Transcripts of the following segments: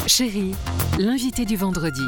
Chérie, l'invité du vendredi.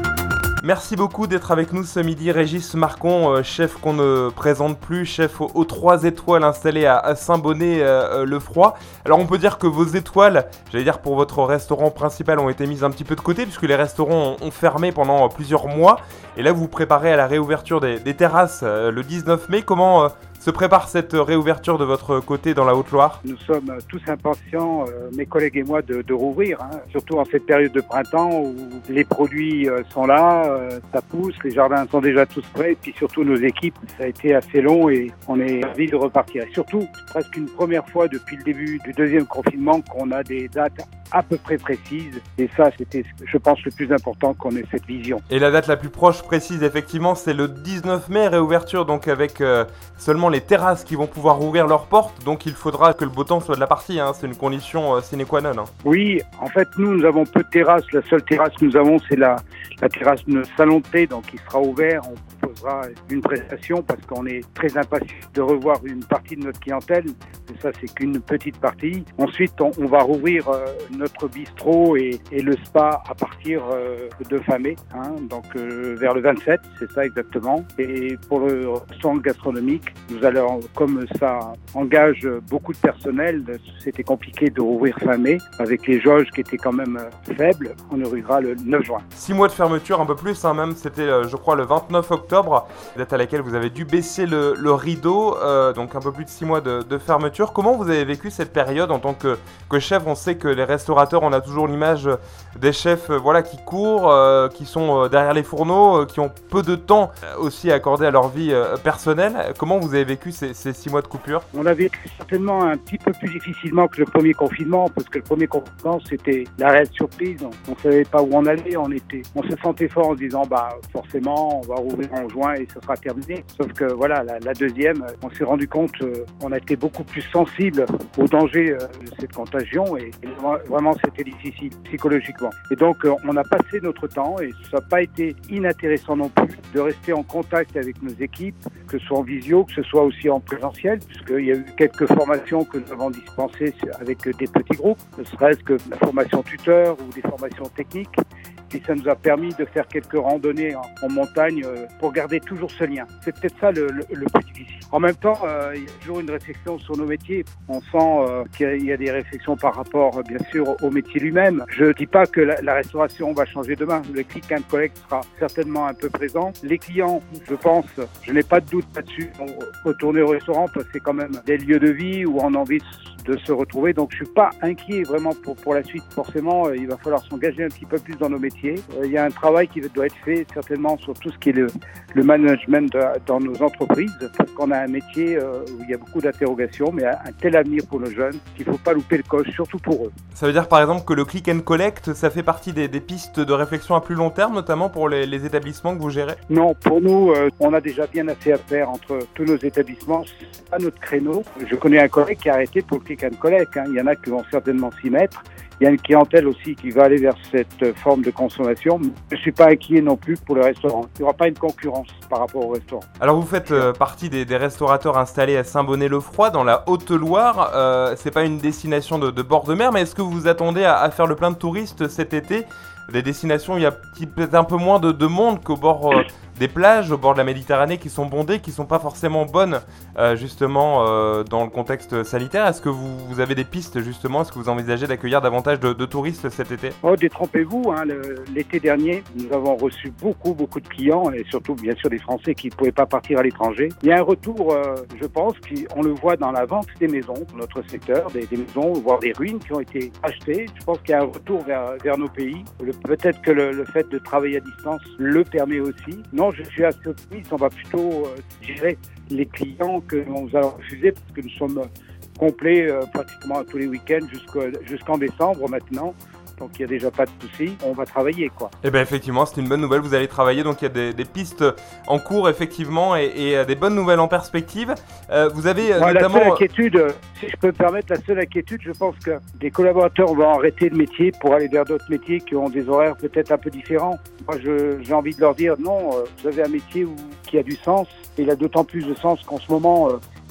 Merci beaucoup d'être avec nous ce midi, Régis Marcon, chef qu'on ne présente plus, chef aux 3 étoiles installé à Saint-Bonnet-le-Froid. Alors on peut dire que vos étoiles, j'allais dire pour votre restaurant principal, ont été mises un petit peu de côté puisque les restaurants ont fermé pendant plusieurs mois. Et là vous vous préparez à la réouverture des terrasses le 19 mai. Comment se prépare cette réouverture de votre côté dans la Haute-Loire ? Nous sommes tous impatients, mes collègues et moi, de rouvrir, surtout en cette période de printemps où les produits sont là, ça pousse, les jardins sont déjà tous prêts, et puis surtout nos équipes, ça a été assez long et on est ravis de repartir. Et surtout, presque une première fois depuis le début du deuxième confinement qu'on a des dates à peu près précises. Et ça, c'était, je pense, le plus important, qu'on ait cette vision. Et la date la plus proche, précise, effectivement, c'est le 19 mai, réouverture, donc avec seulement les terrasses qui vont pouvoir rouvrir leurs portes. Donc il faudra que le beau temps soit de la partie, c'est une condition sine qua non. Oui, en fait, nous avons peu de terrasses. La seule terrasse que nous avons, c'est la terrasse de salon de thé, donc il sera ouvert. On proposera une prestation parce qu'on est très impatient de revoir une partie de notre clientèle. Et ça, c'est qu'une petite partie. Ensuite, on va rouvrir notre bistrot et le spa à partir de fin mai, donc vers le 27, c'est ça exactement. Et pour le restaurant gastronomique, nous allons, comme ça engage beaucoup de personnel, c'était compliqué de rouvrir fin mai avec les jauges qui étaient quand même faibles. On ouvrira le 9 juin. 6 mois de fermeture, un peu plus même, c'était je crois le 29 octobre, date à laquelle vous avez dû baisser le rideau, donc un peu plus de 6 mois de fermeture. Comment vous avez vécu cette période en tant que chef ? On sait que les restaurateurs, on a toujours l'image des chefs qui courent, qui sont derrière les fourneaux, qui ont peu de temps aussi accordé à leur vie personnelle. Comment vous avez vécu ces 6 mois de coupure ? On a vécu certainement un petit peu plus difficilement que le premier confinement, parce que le premier confinement, c'était la réelle surprise. On ne savait pas où on allait, on se sentait fort en se disant forcément, on va rouvrir en juin et ce sera terminé. Sauf que la deuxième, on s'est rendu compte, on a été beaucoup plus sensible au danger de cette contagion et vraiment c'était difficile psychologiquement. Et donc on a passé notre temps et ça n'a pas été inintéressant non plus de rester en contact avec nos équipes, que ce soit en visio, que ce soit aussi en présentiel, puisqu'il y a eu quelques formations que nous avons dispensées avec des petits groupes, ne serait-ce que la formation tuteur ou des formations techniques. Et ça nous a permis de faire quelques randonnées en montagne pour garder toujours ce lien. C'est peut-être ça le plus difficile. En même temps, il y a toujours une réflexion sur nos métiers. On sent qu'il y a des réflexions par rapport, bien sûr, au métier lui-même. Je ne dis pas que la restauration va changer demain. Le click and collect sera certainement un peu présent. Les clients, je pense, je n'ai pas de doute là-dessus, vont retourner au restaurant parce que c'est quand même des lieux de vie où on a envie de se retrouver. Donc, je suis pas inquiet vraiment pour la suite. Forcément, il va falloir s'engager un petit peu plus dans nos métiers. Il y a un travail qui doit être fait certainement sur tout ce qui est le management dans nos entreprises, parce qu'on a un métier où il y a beaucoup d'interrogations, mais un tel avenir pour nos jeunes qu'il ne faut pas louper le coche, surtout pour eux. Ça veut dire par exemple que le click and collect, ça fait partie des pistes de réflexion à plus long terme, notamment pour les établissements que vous gérez ? Non, pour nous, on a déjà bien assez à faire entre tous nos établissements. C'est pas notre créneau. Je connais un collègue qui a arrêté pour le click and collect. Il y en a qui vont certainement s'y mettre. Il y a une clientèle aussi qui va aller vers cette forme de consommation. Je ne suis pas inquiet non plus pour le restaurant. Il n'y aura pas une concurrence par rapport au restaurant. Alors vous faites partie des restaurateurs installés à Saint-Bonnet-le-Froid, dans la Haute-Loire. C'est pas une destination de bord de mer, mais est-ce que vous vous attendez à faire le plein de touristes cet été ? Des destinations où il y a peut-être un peu moins de monde qu'au bord des plages, au bord de la Méditerranée, qui sont bondées, qui ne sont pas forcément bonnes justement dans le contexte sanitaire. Est-ce que vous avez des pistes justement ? Est-ce que vous envisagez d'accueillir davantage de touristes cet été ? Détrompez-vous, l'été dernier, nous avons reçu beaucoup de clients et surtout bien sûr des Français qui ne pouvaient pas partir à l'étranger. Il y a un retour, je pense, on le voit dans la vente des maisons, dans notre secteur, des maisons, voire des ruines qui ont été achetées. Je pense qu'il y a un retour vers nos pays. Peut-être que le fait de travailler à distance le permet aussi. Non, je suis assez optimiste. On va plutôt gérer les clients que nous allons refuser parce que nous sommes complets pratiquement tous les week-ends jusqu'en décembre maintenant. Donc il n'y a déjà pas de souci, on va travailler quoi. Eh bien effectivement, c'est une bonne nouvelle, vous allez travailler, donc il y a des pistes en cours effectivement et des bonnes nouvelles en perspective. Vous avez notamment... La seule inquiétude, si je peux me permettre, je pense que des collaborateurs vont arrêter le métier pour aller vers d'autres métiers qui ont des horaires peut-être un peu différents. Moi j'ai envie de leur dire non, vous avez un métier qui a du sens et il a d'autant plus de sens qu'en ce moment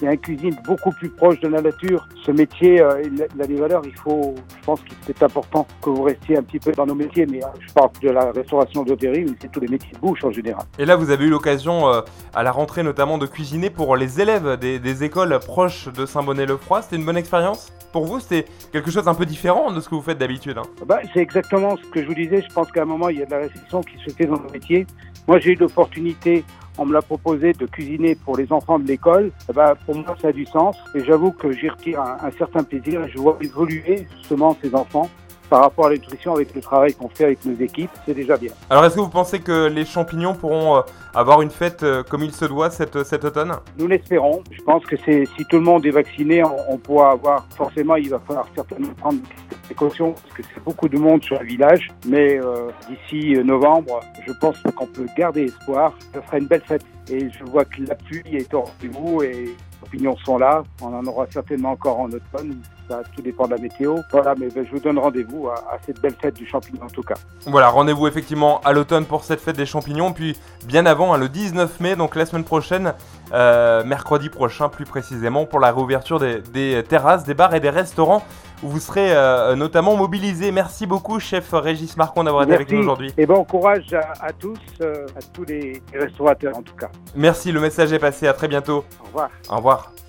il y a une cuisine beaucoup plus proche de la nature. Ce métier, il a des valeurs. Je pense que c'est important que vous restiez un petit peu dans nos métiers, mais je parle de la restauration d'hôtellerie, mais c'est tous les métiers de bouche en général. Et là, vous avez eu l'occasion, à la rentrée notamment, de cuisiner pour les élèves des écoles proches de Saint-Bonnet-le-Froid. C'était une bonne expérience pour vous? C'était quelque chose un peu différent de ce que vous faites d'habitude, hein? C'est exactement ce que je vous disais. Je pense qu'à un moment, il y a de la réflexion qui se fait dans nos métiers. Moi, j'ai eu l'opportunité, on me l'a proposé, de cuisiner pour les enfants de l'école. Pour moi, ça a du sens. Et j'avoue que j'y retire un certain plaisir. Je vois évoluer justement ces enfants par rapport à la nutrition avec le travail qu'on fait avec nos équipes. C'est déjà bien. Alors, est-ce que vous pensez que les champignons pourront avoir une fête comme il se doit cet automne? Nous l'espérons. Je pense que si tout le monde est vacciné, on pourra avoir... Forcément, il va falloir certainement prendre des précautions parce que c'est beaucoup de monde sur le village. Mais d'ici novembre, je pense qu'on peut garder espoir. Ça sera une belle fête. Et je vois que la pluie est au rendez-vous et les champignons sont là. On en aura certainement encore en automne. Ça, tout dépend de la météo. Voilà, mais je vous donne rendez-vous à cette belle fête du champignon en tout cas. Voilà, rendez-vous effectivement à l'automne pour cette fête des champignons. Puis bien avant, le 19 mai, donc la semaine prochaine, mercredi prochain plus précisément, pour la réouverture des terrasses, des bars et des restaurants où vous serez notamment mobilisés. Merci beaucoup, chef Régis Marcon, d'avoir été avec nous aujourd'hui. Et bon courage à tous les restaurateurs en tout cas. Merci, le message est passé. À très bientôt. Au revoir. Au revoir.